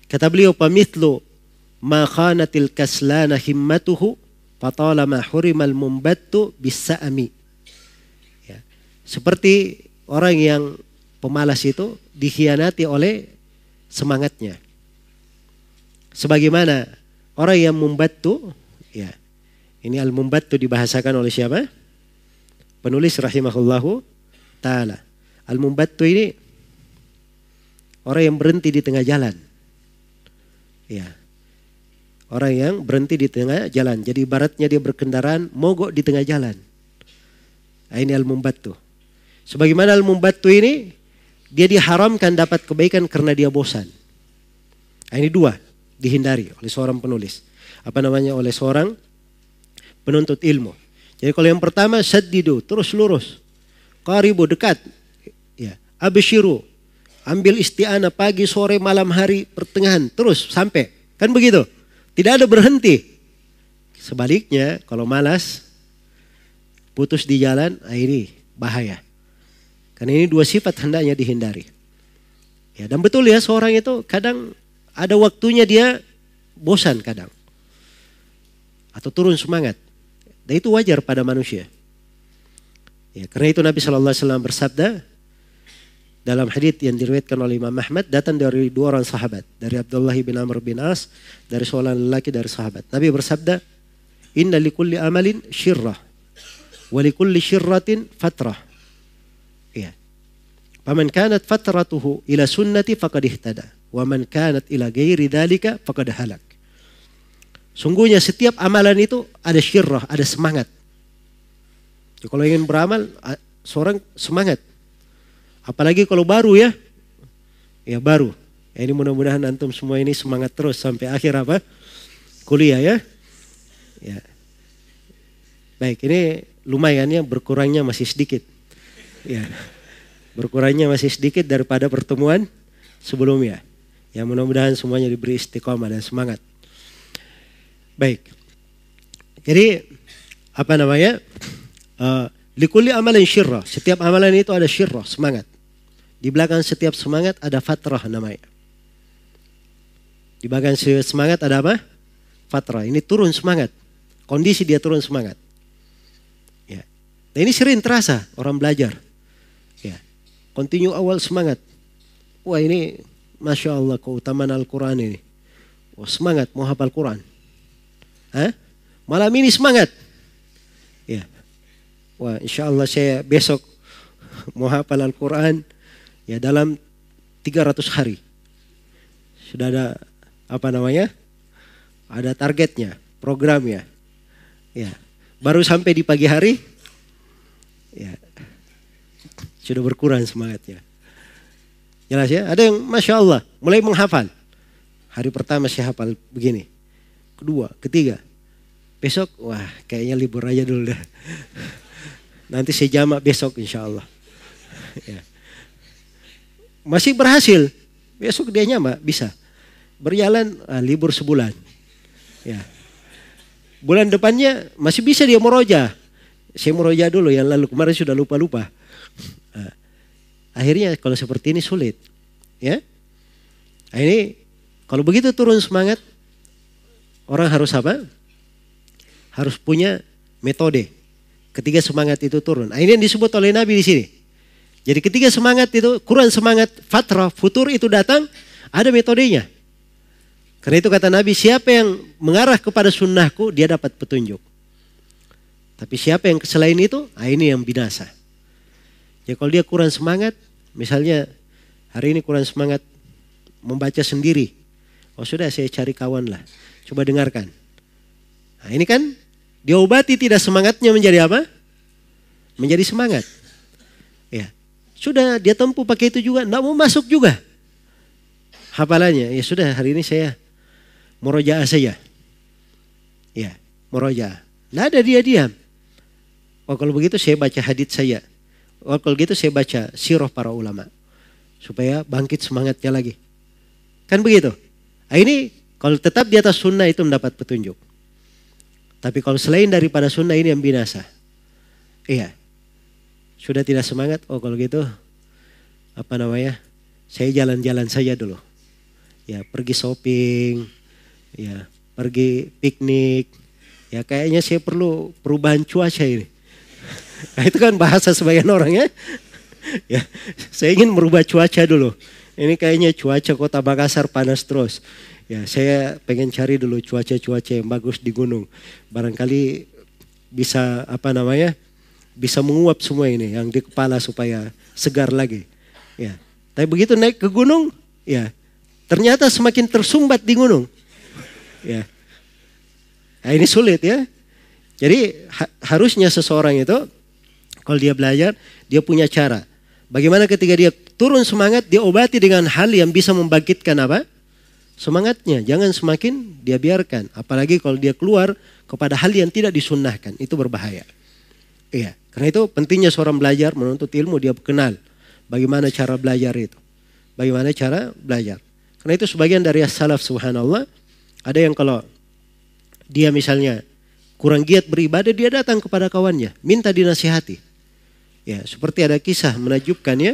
Kata beliau, pamithlu ma khanatil kaslana himmatuhu fatalama hurimal mumbattu bisa'ami. Ya. Seperti orang yang pemalas itu dikhianati oleh semangatnya. Sebagaimana orang yang mumbattu, ya. Ini al-mumbattu dibahasakan oleh siapa? Penulis rahimahullahu ta'ala. Al-mumbattu ini orang yang berhenti di tengah jalan. Ya. Orang yang berhenti di tengah jalan. Jadi ibaratnya dia berkendaraan mogok di tengah jalan. Nah, ini al-mumbattu. Sebagaimana al-mumbattu ini dia diharamkan dapat kebaikan karena dia bosan. Nah, ini dua dihindari oleh seorang penulis. Oleh seorang penuntut ilmu. Jadi kalau yang pertama saddidu, terus lurus. Qaribu, dekat. Ya, abshiru. Ambil isti'anah pagi, sore, malam, hari, pertengahan, terus sampai. Kan begitu? Tidak ada berhenti. Sebaliknya, kalau malas, putus di jalan, ini bahaya. Karena ini dua sifat hendaknya dihindari. Ya, dan betul ya, seorang itu kadang ada waktunya dia bosan kadang. Atau turun semangat. Dan itu wajar pada manusia. Ya, karena itu Nabi SAW bersabda, dalam hadits yang diriwayatkan oleh Imam Ahmad, datang dari dua orang sahabat, dari Abdullah bin Amr bin As, dari seorang lelaki dari sahabat. Nabi bersabda, "Inna likulli amalin syirrah, wa likulli syirratin fatrah." Ya. Faman kanat fatratuhu ila sunnati faqad ihtada, wa man kanat ila ghairi dzalika faqad halak. Sungguhnya setiap amalan itu ada syirrah, ada semangat. Jadi kalau ingin beramal, seorang semangat. Apalagi kalau baru ya. Ya baru. Ya, ini mudah-mudahan antum semua ini semangat terus sampai akhir kuliah ya. Ya. Baik, ini lumayan ya, berkurangnya masih sedikit. Ya. Berkurangnya masih sedikit daripada pertemuan sebelumnya. Ya, mudah-mudahan semuanya diberi istiqomah dan semangat. Baik. Jadi likulli amalan syirrah. Setiap amalan itu ada syirrah, semangat. Di belakang setiap semangat ada fatrah namanya. Di belakang setiap semangat ada apa? Fatrah. Ini turun semangat. Kondisi dia turun semangat. Ya. Nah, ini sering terasa orang belajar. Ya. Continue awal semangat. Wah, ini Masya Allah keutamaan Al-Quran ini. Wah, semangat mau hafal Quran. Malam ini semangat. Ya. Wah, insya Allah saya besok mau hafal Al-Quran ya dalam 300 hari. Sudah ada ada targetnya, programnya. Ya. Baru sampai di pagi hari ya sudah berkurang semangatnya. Jelas ya? Ada yang Masya Allah mulai menghafal. Hari pertama saya hafal begini. Kedua, ketiga. Besok wah kayaknya libur aja dulu dah. Nanti saya jamak besok insya Allah. Ya. Masih berhasil. Besok dia nyamak bisa. Berjalan libur sebulan. Ya. Bulan depannya masih bisa dia murojaah. Saya murojaah dulu yang lalu kemarin sudah lupa-lupa. Akhirnya kalau seperti ini sulit. Ya. Nah, ini kalau begitu turun semangat, orang harus apa? Harus punya metode. Ketika semangat itu turun. Nah, ini yang disebut oleh Nabi di sini. Jadi ketika semangat itu kurang semangat, fatrah, futur itu datang, ada metodenya. Karena itu kata Nabi, siapa yang mengarah kepada sunnahku, dia dapat petunjuk. Tapi siapa yang selain itu, ini yang binasa. Ya kalau dia kurang semangat, misalnya hari ini kurang semangat membaca sendiri. Oh sudah saya cari kawan lah, coba dengarkan. Nah ini kan diobati tidak semangatnya menjadi apa? Menjadi semangat. Ya. Sudah dia tempuh pakai itu juga, enggak mau masuk juga hafalannya. Ya sudah hari ini saya murojaah saja. Ya, murojaah. Enggak ada dia diam. Oh kalau begitu saya baca hadits saya. Oh kalau gitu saya baca sirah para ulama. Supaya bangkit semangatnya lagi. Kan begitu. Nah, ini kalau tetap di atas sunnah itu mendapat petunjuk. Tapi kalau selain daripada sunnah ini yang binasa. Iya. Sudah tidak semangat, oh kalau gitu saya jalan-jalan saja dulu. ya pergi shopping, ya pergi piknik. Ya kayaknya saya perlu perubahan cuaca ini. Nah, itu kan bahasa sebagian orang ya. Ya, saya ingin merubah cuaca dulu. Ini kayaknya cuaca kota Makassar panas terus. Ya, saya pengen cari dulu cuaca-cuaca yang bagus di gunung. Barangkali bisa bisa menguap semua ini yang di kepala supaya segar lagi. Ya, tapi begitu naik ke gunung, ya ternyata semakin tersumbat di gunung. Ya, nah, ini sulit ya. Jadi harusnya seseorang itu kalau dia belajar, dia punya cara. Bagaimana ketika dia turun semangat, dia obati dengan hal yang bisa membangkitkan semangatnya. Jangan semakin dia biarkan. Apalagi kalau dia keluar kepada hal yang tidak disunnahkan, itu berbahaya. Iya, karena itu pentingnya seorang belajar menuntut ilmu, dia kenal bagaimana cara belajar itu. Bagaimana cara belajar. Karena itu sebagian dari as-salaf subhanallah, ada yang kalau dia misalnya kurang giat beribadah, dia datang kepada kawannya, minta dinasihati. Ya, seperti ada kisah menakjubkan ya,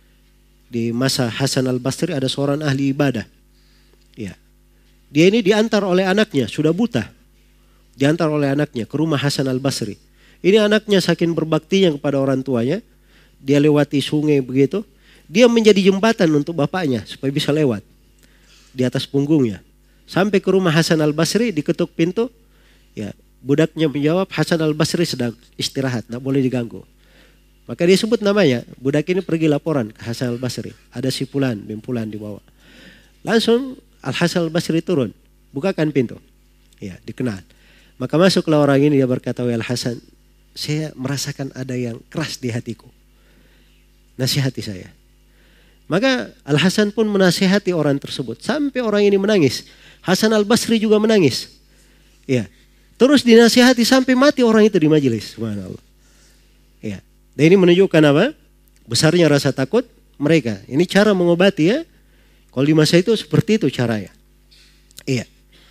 di masa Hasan al-Basri ada seorang ahli ibadah. Ya, dia ini diantar oleh anaknya, sudah buta. Diantar oleh anaknya ke rumah Hasan al-Basri. Ini anaknya saking berbaktinya kepada orang tuanya, dia lewati sungai begitu, dia menjadi jembatan untuk bapaknya supaya bisa lewat di atas punggungnya. Sampai ke rumah Hasan al-Basri, diketuk pintu, ya budaknya menjawab, Hasan al-Basri sedang istirahat, tidak boleh diganggu. Maka dia sebut namanya, budak ini pergi laporan ke Hasan al-Basri. Ada si Fulan, bin Fulan di bawah. Langsung Al-Hasan al-Basri turun, bukakan pintu. Ya, dikenal. Maka masuklah orang ini, dia berkata, "Wahai Al-Hasan, saya merasakan ada yang keras di hatiku. Nasihati saya." Maka Al-Hasan pun menasihati orang tersebut. Sampai orang ini menangis. Hasan al-Basri juga menangis. Ya. Terus dinasihati sampai mati orang itu di majelis. Subhanallah. Ya. Dan ini menunjukkan apa? Besarnya rasa takut mereka. Ini cara mengobati ya. Kalau di masa itu seperti itu caranya. Iya.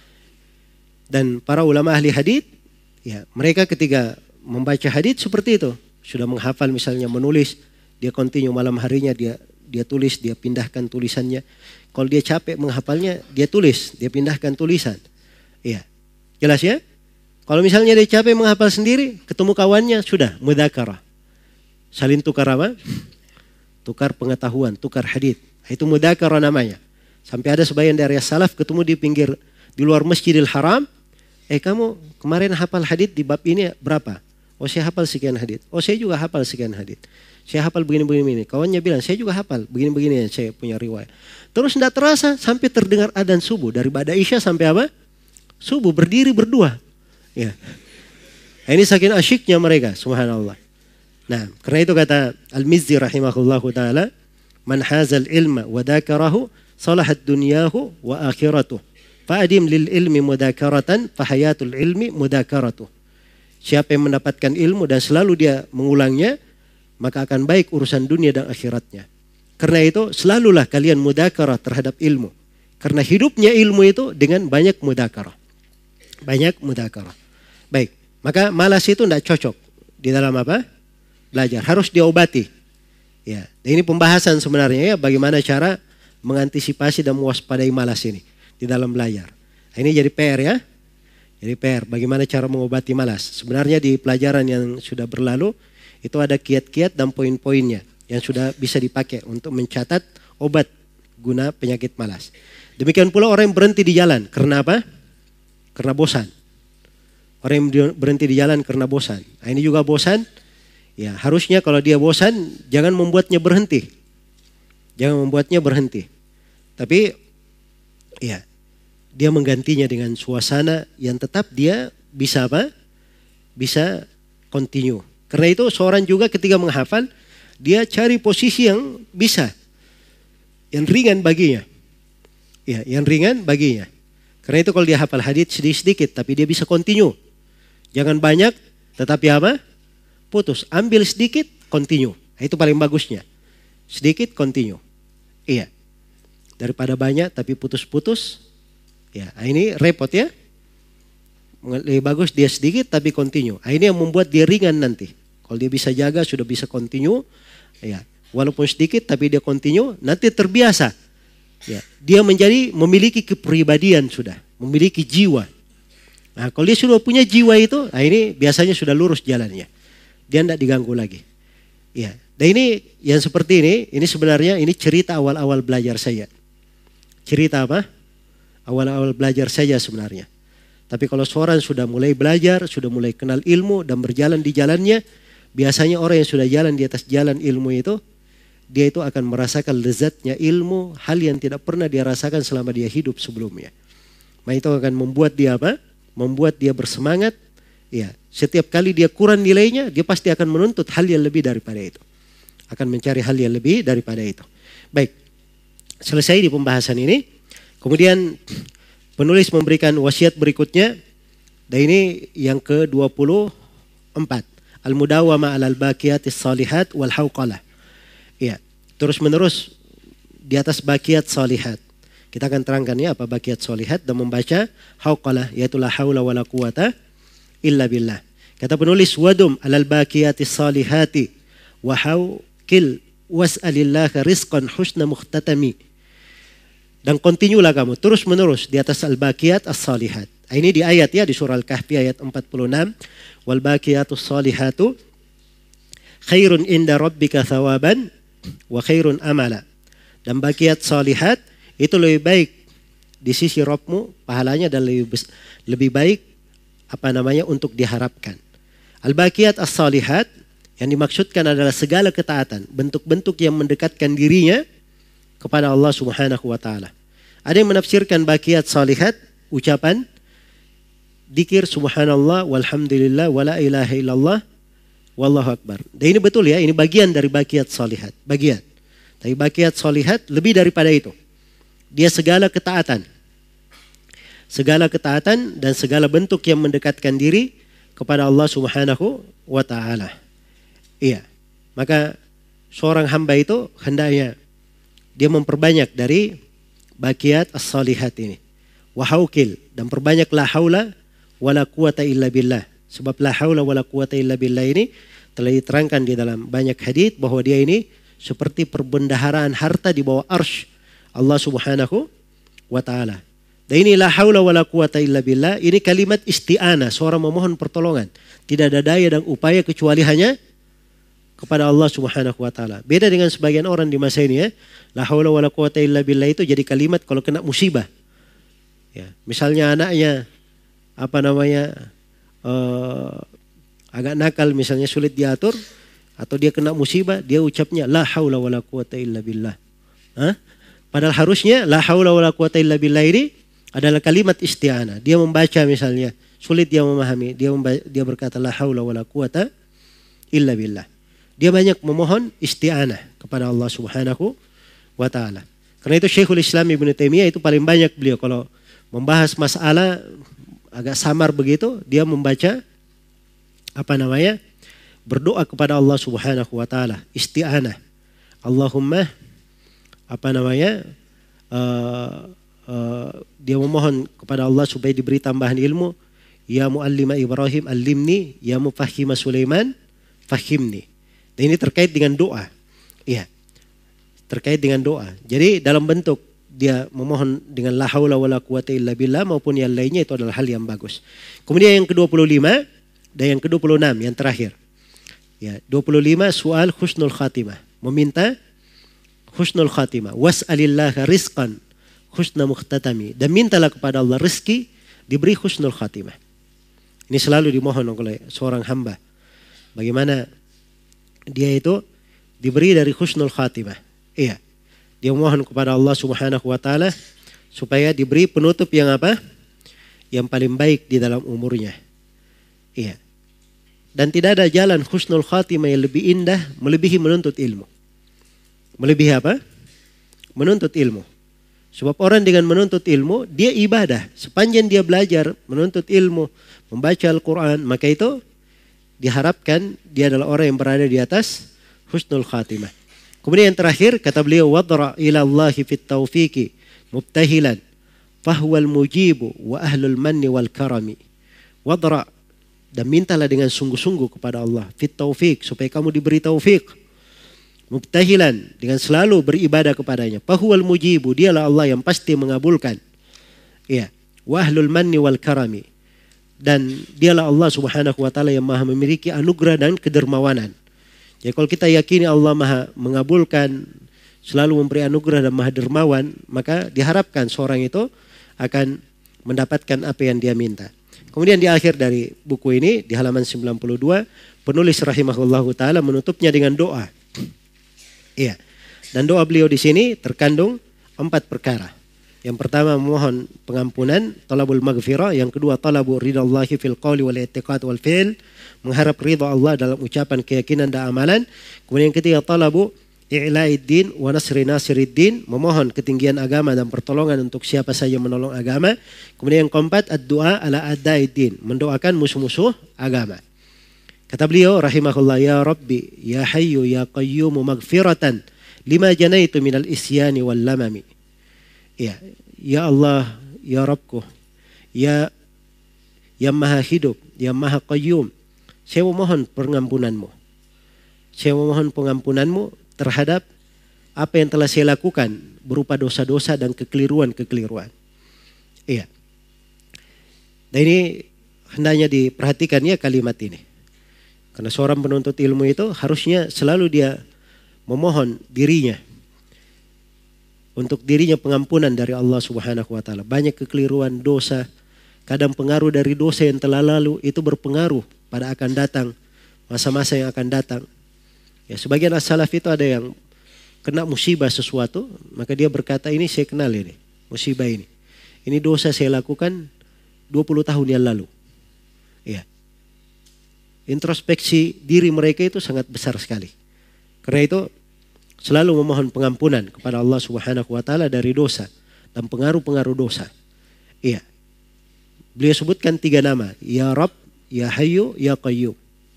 Dan para ulama ahli hadits, ya mereka ketika membaca hadits seperti itu. Sudah menghafal misalnya menulis, dia continue malam harinya dia tulis, dia pindahkan tulisannya. Kalau dia capek menghafalnya, dia tulis, dia pindahkan tulisan. Iya. Jelas ya? Kalau misalnya dia capek menghafal sendiri, ketemu kawannya, sudah mudzakarah. Saling tukar apa? Tukar pengetahuan, tukar hadits. Itu mudzakarah namanya. Sampai ada sebagian dari salaf ketemu di luar Masjidil Haram. Kamu kemarin hafal hadits di bab ini berapa? Oh, saya hafal sekian hadits. Oh, saya juga hafal sekian hadits. Saya hafal begini-begini. Kawannya bilang, saya juga hafal begini-begini, saya punya riwayat. Terus tidak terasa sampai terdengar adzan subuh. Dari ba'da isya sampai apa? Subuh, berdiri berdua. Ya. Ini saking asyiknya mereka, subhanallah. Nah, karena itu kata Al-Mizzi rahimahullahu ta'ala, "Man hazal ilma wa dzakarahu salahat dunyahu wa akhiratuh. Fa'adim lil ilmi mudzakaratan fa hayatul ilmi mudzakaratuh." Siapa yang mendapatkan ilmu dan selalu dia mengulangnya, maka akan baik urusan dunia dan akhiratnya. Karena itu selalulah kalian mudzakarah terhadap ilmu. Karena hidupnya ilmu itu dengan banyak mudzakarah. Banyak mudzakarah. Baik, maka malas itu tidak cocok di dalam apa? Belajar, harus diobati. Ya, ini pembahasan sebenarnya ya, bagaimana cara mengantisipasi dan mewaspadai malas ini di dalam belajar. Nah, ini jadi PR ya. Jadi PR, bagaimana cara mengobati malas. Sebenarnya di pelajaran yang sudah berlalu, itu ada kiat-kiat dan poin-poinnya yang sudah bisa dipakai untuk mencatat obat guna penyakit malas. Demikian pula orang yang berhenti di jalan, karena apa? Karena bosan. Orang yang berhenti di jalan karena bosan. Nah, ini juga bosan. Ya, harusnya kalau dia bosan, jangan membuatnya berhenti. Jangan membuatnya berhenti. Tapi, ya, dia menggantinya dengan suasana yang tetap dia bisa apa? Bisa continue. Karena itu seorang juga ketika menghafal, dia cari posisi yang bisa. Yang ringan baginya. Ya, yang ringan baginya. Karena itu kalau dia hafal hadits sedikit-sedikit, tapi dia bisa continue. Jangan banyak, tetapi apa? Putus. Ambil sedikit, continue. Nah, itu paling bagusnya. Sedikit, continue. Iya. Daripada banyak, tapi putus-putus. Ya, ini repot ya. Lebih bagus dia sedikit, tapi continue. Nah, ini yang membuat dia ringan nanti. Kalau dia bisa jaga, sudah bisa continue. Ya, walaupun sedikit, tapi dia continue. Nanti terbiasa. Ya, dia memiliki kepribadian sudah, memiliki jiwa. Nah, kalau dia sudah punya jiwa itu, nah ini biasanya sudah lurus jalannya. Dia tidak diganggu lagi. Ya, dan ini yang seperti ini sebenarnya ini cerita awal-awal belajar saya. Cerita apa? Awal-awal belajar saya sebenarnya. Tapi kalau seorang sudah mulai belajar, sudah mulai kenal ilmu dan berjalan di jalannya, biasanya orang yang sudah jalan di atas jalan ilmu itu, dia itu akan merasakan lezatnya ilmu, hal yang tidak pernah dia rasakan selama dia hidup sebelumnya. Nah itu akan membuat dia apa? Membuat dia bersemangat. Ya, setiap kali dia kurang nilainya, dia pasti akan menuntut hal yang lebih daripada itu. Akan mencari hal yang lebih daripada itu. Baik, selesai di pembahasan ini. Kemudian penulis memberikan wasiat berikutnya. Dan ini yang ke-24. Al-mudawama alal baqiyatis salihat wal hauqalah. Ya, terus menerus di atas baqiat salihat. Kita akan terangkan ya apa baqiat salihat dan membaca hauqalah, yaitu la haula wala quwata illa billah. Kata penulis, wadum alal baqiyatis salihati wa hauqil was'alillaha rizqan husna mukhtatami. Dan kontinulah kamu terus menerus di atas al-baqiyat as-salihat. Ini di ayat ya, di surah Al-Kahfi ayat 46. Wal baqiyatus salihatu khairun inda rabbika thawaban wa khairun amala. Dan baqiyat salihat itu lebih baik di sisi Rabbmu pahalanya dan lebih baik untuk diharapkan. Al-baqiyat as-salihat yang dimaksudkan adalah segala ketaatan, bentuk-bentuk yang mendekatkan dirinya kepada Allah Subhanahu wa taala. Ada yang menafsirkan baqiyat salihat ucapan dzikir subhanallah walhamdulillah wala ilaha illallah wallahu akbar. Dan ini betul ya, ini bagian dari baqiyat salihat, bagian. Tapi baqiyat salihat lebih daripada itu. Dia segala ketaatan. Segala ketaatan dan segala bentuk yang mendekatkan diri kepada Allah Subhanahu wa taala. Iya. Maka seorang hamba itu hendaknya dia memperbanyak dari baqiyat as-salihat ini. Wa hauqil, dan perbanyak la haula wala quwata illa billah. Sebab la haula wala quwata illa billah ini telah diterangkan di dalam banyak hadits bahwa dia ini seperti perbendaharaan harta di bawah arsy Allah Subhanahu wa taala. Dan ini la haula wala quwata illa billah, ini kalimat isti'anah, seorang memohon pertolongan. Tidak ada daya dan upaya kecuali hanya kepada Allah Subhanahu wa taala. Beda dengan sebagian orang di masa ini ya. La haula wala quwata illa billah itu jadi kalimat kalau kena musibah. Ya, misalnya anaknya agak nakal misalnya, sulit diatur atau dia kena musibah, dia ucapnya la haula wala quwata illa billah. Padahal harusnya la haula wala quwata illa billah ini adalah kalimat isti'anah. Dia membaca misalnya, sulit dia memahami, dia berkata la haula wala quwata illa billah. Dia banyak memohon isti'anah kepada Allah Subhanahu wa taala. Karena itu Syekhul Islam Ibnu Taimiyah itu paling banyak beliau kalau membahas masalah agak samar begitu, dia membaca berdoa kepada Allah Subhanahu wa taala, isti'anah. Allahumma dia memohon kepada Allah supaya diberi tambahan ilmu. Ya muallima Ibrahim allimni, ya mufahhima Sulaiman fahimni. Dan ini terkait dengan doa. Iya. Terkait dengan doa. Jadi dalam bentuk dia memohon dengan la haula wala quwata illa billah maupun yang lainnya, itu adalah hal yang bagus. Kemudian yang ke-25 dan yang ke-26 yang terakhir. Ya, 25 soal husnul khatimah, meminta husnul khatimah. Was'alillaha rizqan husna mukhtatami, dan mintalah kepada Allah rezeki diberi husnul khatimah. Ini selalu dimohon oleh seorang hamba. Bagaimana dia itu diberi dari husnul khatimah. Iya. Dia mohon kepada Allah Subhanahu wa taala supaya diberi penutup yang yang paling baik di dalam umurnya. Iya. Dan tidak ada jalan husnul khatimah yang lebih indah melebihi menuntut ilmu. Melebihi apa? Menuntut ilmu. Sebab orang dengan menuntut ilmu, dia ibadah. Sepanjang dia belajar, menuntut ilmu, membaca Al-Quran, maka itu diharapkan dia adalah orang yang berada di atas husnul khatimah. Kemudian yang terakhir, kata beliau, wadra ila Allahi fit taufiqi mubtahilan fahuwal mujibu wa ahlul manni wal karami. Wadra, dan mintalah dengan sungguh-sungguh kepada Allah fit taufiq, supaya kamu diberi taufik. mubtahilan, dengan selalu beribadah kepadanya. Fahuwal mujibu, dialah Allah yang pasti mengabulkan. Ya, wa ahlul manni wal karami, dan dialah Allah Subhanahu wa taala yang maha memiliki anugerah dan kedermawanan. Jadi kalau kita yakini Allah maha mengabulkan, selalu memberi anugerah dan maha dermawan, maka diharapkan seorang itu akan mendapatkan apa yang dia minta. Kemudian di akhir dari buku ini, di halaman 92, penulis rahimahullahu taala menutupnya dengan doa. Iya. Dan doa beliau di sini terkandung 4 perkara. Yang pertama memohon pengampunan, talabul maghfirah. Yang kedua talabu ridallahi fil qawli wal i'tiqad wal fi'l, mengharap ridha Allah dalam ucapan, keyakinan dan amalan. Kemudian yang ketiga talabu i'laiddin wa nasri nasiriddin, memohon ketinggian agama dan pertolongan untuk siapa saja menolong agama. Kemudian yang keempat ad-du'a ala a'daiddin, mendoakan musuh-musuh agama. Kata beliau rahimahullah, ya Rabbi ya Hayyu ya Qayyum maghfiratan lima janaitu minal isyani wal lamami. Ya Allah, ya Rabbku, ya yang maha hidup, yang maha qayyum, saya memohon pengampunanmu. Saya memohon pengampunanmu terhadap apa yang telah saya lakukan berupa dosa-dosa dan kekeliruan-kekeliruan. Iya. Dan ini hendaknya diperhatikan ya kalimat ini. Karena seorang penuntut ilmu itu harusnya selalu dia memohon dirinya, untuk dirinya pengampunan dari Allah Subhanahu wa taala. Banyak kekeliruan, dosa, kadang pengaruh dari dosa yang telah lalu itu berpengaruh pada akan datang, masa-masa yang akan datang. Ya, sebagian as-salaf itu ada yang kena musibah sesuatu, maka dia berkata, ini saya kenal ini, musibah ini. Ini dosa saya lakukan 20 tahun yang lalu. Ya. Introspeksi diri mereka itu sangat besar sekali. Karena itu selalu memohon pengampunan kepada Allah Subhanahu wa taala dari dosa dan pengaruh-pengaruh dosa. Iya. Beliau sebutkan 3 nama, ya Rabb, ya Hayyu, ya Qayyum.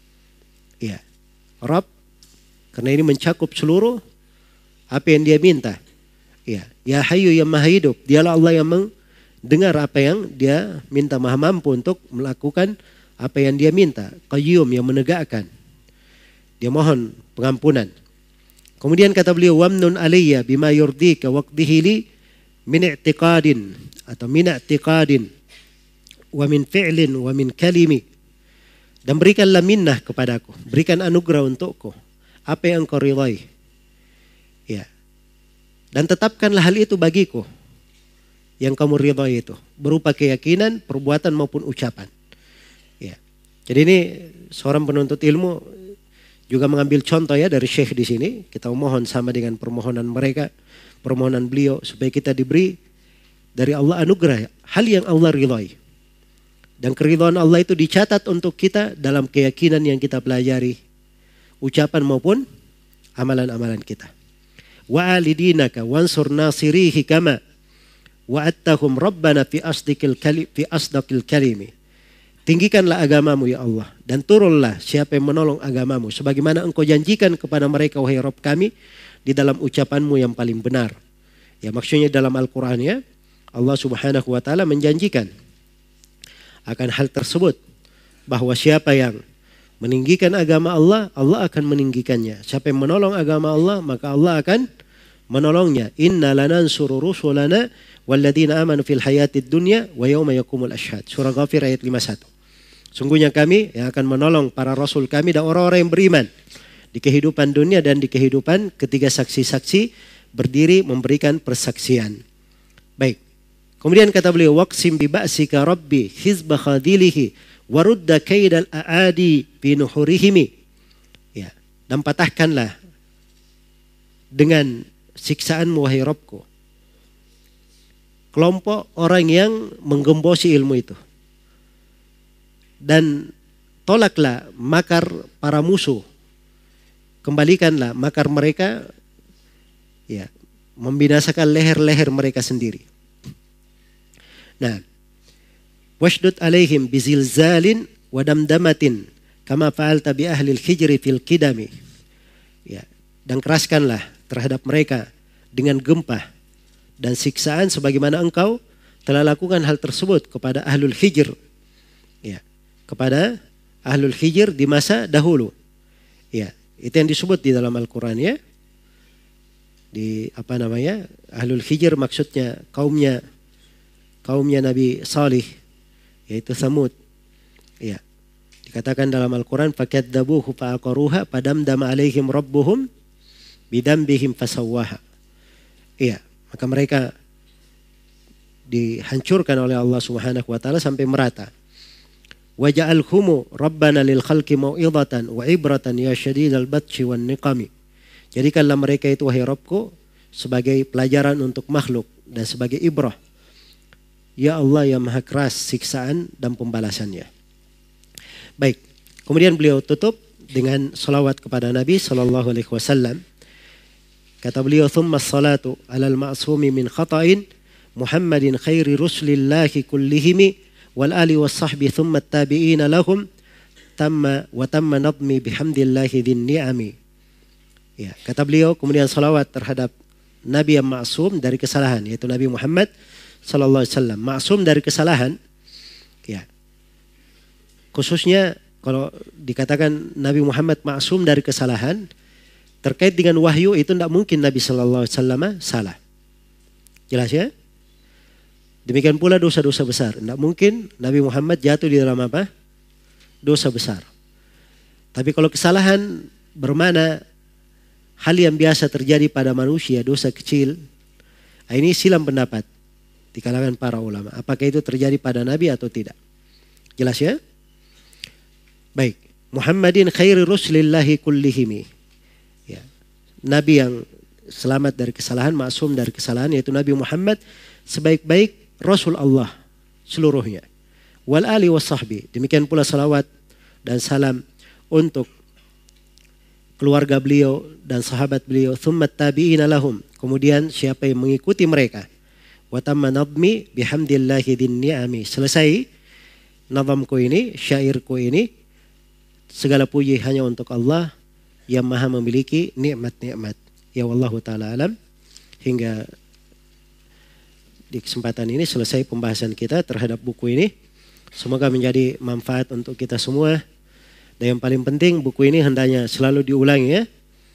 Iya. Rabb karena ini mencakup seluruh apa yang dia minta. Iya. Ya Hayyu yang maha hidup, dialah Allah yang mendengar apa yang dia minta, maha mampu untuk melakukan apa yang dia minta. Qayyum yang menegakkan. Dia mohon pengampunan. Kemudian kata beliau, wamnun alayya bima yurdika waqdihi li min i'tiqadin atau min i'tiqadin wa min fi'lin wa min kalimi, dan berikanlah minnah kepadaku, berikan anugerah untukku apa yang engkau ridhai. Ya. Dan tetapkanlah hal itu bagiku yang kamu ridhai itu, berupa keyakinan, perbuatan maupun ucapan. Ya. Jadi ini seorang penuntut ilmu juga mengambil contoh ya dari Syekh di sini. Kita mohon sama dengan permohonan mereka, permohonan beliau, supaya kita diberi dari Allah anugerah, hal yang Allah ridhai. Dan keridhaan Allah itu dicatat untuk kita dalam keyakinan yang kita pelajari, ucapan maupun amalan-amalan kita. Wa alidinaka wansur nasirihi kama wa'attahum rabbana fi asdaqil kalimi. Tinggikanlah agamamu ya Allah, dan turunlah siapa yang menolong agamamu, sebagaimana engkau janjikan kepada mereka wahai Rabb kami di dalam ucapanmu yang paling benar. Ya, maksudnya dalam Al-Quran ya, Allah Subhanahu wa taala menjanjikan akan hal tersebut, bahwa siapa yang meninggikan agama Allah, Allah akan meninggikannya. Siapa yang menolong agama Allah, maka Allah akan menolongnya. Inna lanansuru rusulana walladzina amanu fil hayatid dunya wa yauma yaqumul ashhad. Surah Ghafir ayat 51. Sungguhnya kami yang akan menolong para rasul kami dan orang-orang yang beriman di kehidupan dunia dan di kehidupan ketika saksi-saksi berdiri memberikan persaksian. Baik. Kemudian kata beliau, waqsim bi ba'sika rabbi hizba khadilihi warudda kaidal aadi fi nuhurihimi. Ya, dan patahkanlah dengan siksaanmu wahai Rabbku kelompok orang yang menggembosi ilmu itu. Dan tolaklah makar para musuh. Kembalikanlah makar mereka, ya, membinasakan leher-leher mereka sendiri. Nah, washdud alaihim bizilzalin wa damdamatin kama fa'alta bi ahli al-hijri fil qidami. Ya, dan keraskanlah terhadap mereka dengan gempa dan siksaan sebagaimana engkau telah lakukan hal tersebut kepada ahlul hijr. Ya, kepada ahlul hijr di masa dahulu. Ya, itu yang disebut di dalam Al-Quran ya. di apa namanya, Ahlul Hijr maksudnya kaumnya Nabi Salih, yaitu Tsamud. Ya. Dikatakan dalam Al-Quran, fakadzabuhu fa'aqaruha padamdama alaihim rabbuhum bidambihim fasawwaha. Iya, maka mereka dihancurkan oleh Allah Subhanahu wa taala sampai merata. Wa ja'alhumu rabbana lil khalqi mau'izatan wa ibratan ya syadidal batshi wan niqami. Jadikanlah mereka itu, wahai Rabbku, sebagai pelajaran untuk makhluk dan sebagai ibrah. Ya Allah yang maha keras siksaan dan pembalasannya. Baik, kemudian beliau tutup dengan salawat kepada Nabi SAW. Kata beliau, thumma salatu alal ma'sumi min khata'in Muhammadin khairi rusulillahi kullihimi wal ali was sahbi thumma tabi'ina lahum tamma nadmi bihamdillahi dhin ni'ami. Ya, kata beliau, kemudian salawat terhadap Nabi yang ma'sum dari kesalahan, yaitu Nabi Muhammad sallallahu alaihi wasallam. Ma'sum dari kesalahan, ya. Khususnya kalau dikatakan Nabi Muhammad ma'sum dari kesalahan, terkait dengan wahyu itu tidak mungkin Nabi sallallahu alaihi wasallam salah. Jelas ya? Demikian pula dosa-dosa besar. Tidak mungkin Nabi Muhammad jatuh di dalam apa? Dosa besar. Tapi kalau kesalahan bermana hal yang biasa terjadi pada manusia, dosa kecil, ini silam pendapat di kalangan para ulama. Apakah itu terjadi pada Nabi atau tidak? Jelas ya? Baik. Muhammadin khairi rusulillahi kullihimi. Ya. Nabi yang selamat dari kesalahan, maksum dari kesalahan, yaitu Nabi Muhammad sebaik-baik Rasul Allah seluruhnya. Wal ali was sahbi. Demikian pula salawat dan salam untuk keluarga beliau dan sahabat beliau. Thumma tabi'ina lahum. Kemudian siapa yang mengikuti mereka. Wa tamma nadmi bihamdillahi dhin ni'ami. Selesai nazamku ini, syairku ini, segala puji hanya untuk Allah yang maha memiliki nikmat-nikmat. Ya wallahu ta'ala alam. Hingga di kesempatan ini selesai pembahasan kita terhadap buku ini. Semoga menjadi manfaat untuk kita semua. Dan yang paling penting, buku ini hendaknya selalu diulangi ya.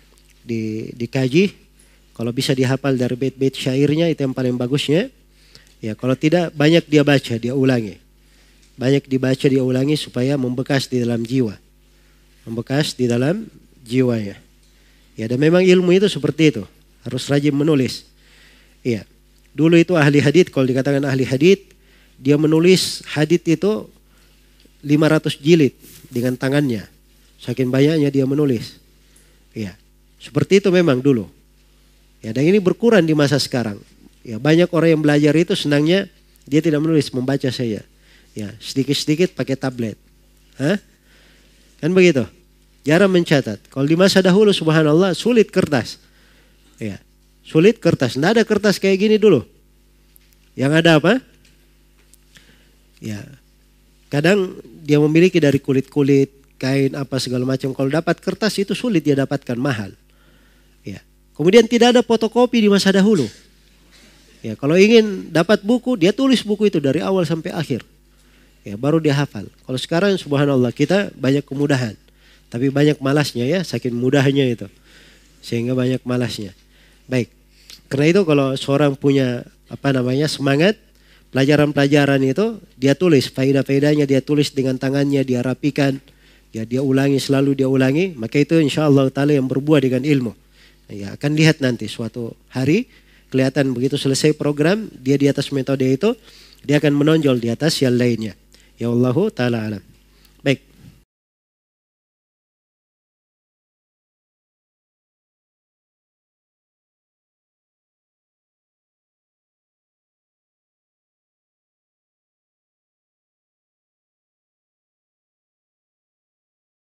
Dikaji. Kalau bisa dihafal dari bait-bait syairnya, itu yang paling bagusnya. Ya, kalau tidak, banyak dia baca, dia ulangi. Banyak dibaca, dia ulangi supaya membekas di dalam jiwa. Membekas di dalam jiwanya. Ya, dan memang ilmu itu seperti itu. Harus rajin menulis. Iya. Dulu itu ahli hadits, kalau dikatakan ahli hadits, dia menulis hadits itu 500 jilid dengan tangannya. Saking banyaknya dia menulis. Ya, seperti itu memang dulu. Ya, dan ini berkurang di masa sekarang. Ya, banyak orang yang belajar itu senangnya dia tidak menulis, membaca saja. Ya, sedikit-sedikit pakai tablet. Hah? Kan begitu. Jarang mencatat. Kalau di masa dahulu subhanallah sulit kertas. Ya, sulit kertas. Tidak ada kertas kayak gini dulu. Yang ada apa? Ya, kadang dia memiliki dari kulit-kulit, kain apa segala macam. Kalau dapat kertas itu sulit dia dapatkan, mahal. Ya. Kemudian tidak ada fotokopi di masa dahulu. Ya, kalau ingin dapat buku, dia tulis buku itu dari awal sampai akhir. Ya, baru dia hafal. Kalau sekarang subhanallah kita banyak kemudahan. Tapi banyak malasnya ya, saking mudahnya itu. Sehingga banyak malasnya. Baik. Karena itu kalau seorang punya semangat, pelajaran-pelajaran itu dia tulis, faedah-faedahnya dia tulis dengan tangannya, dia rapikan, ya dia ulangi, selalu dia ulangi, maka itu insyaallah ta'ala yang berbuah dengan ilmu. Ya, akan lihat nanti suatu hari kelihatan begitu selesai program, dia di atas metode itu, dia akan menonjol di atas yang lainnya. Ya Allah ta'ala alam.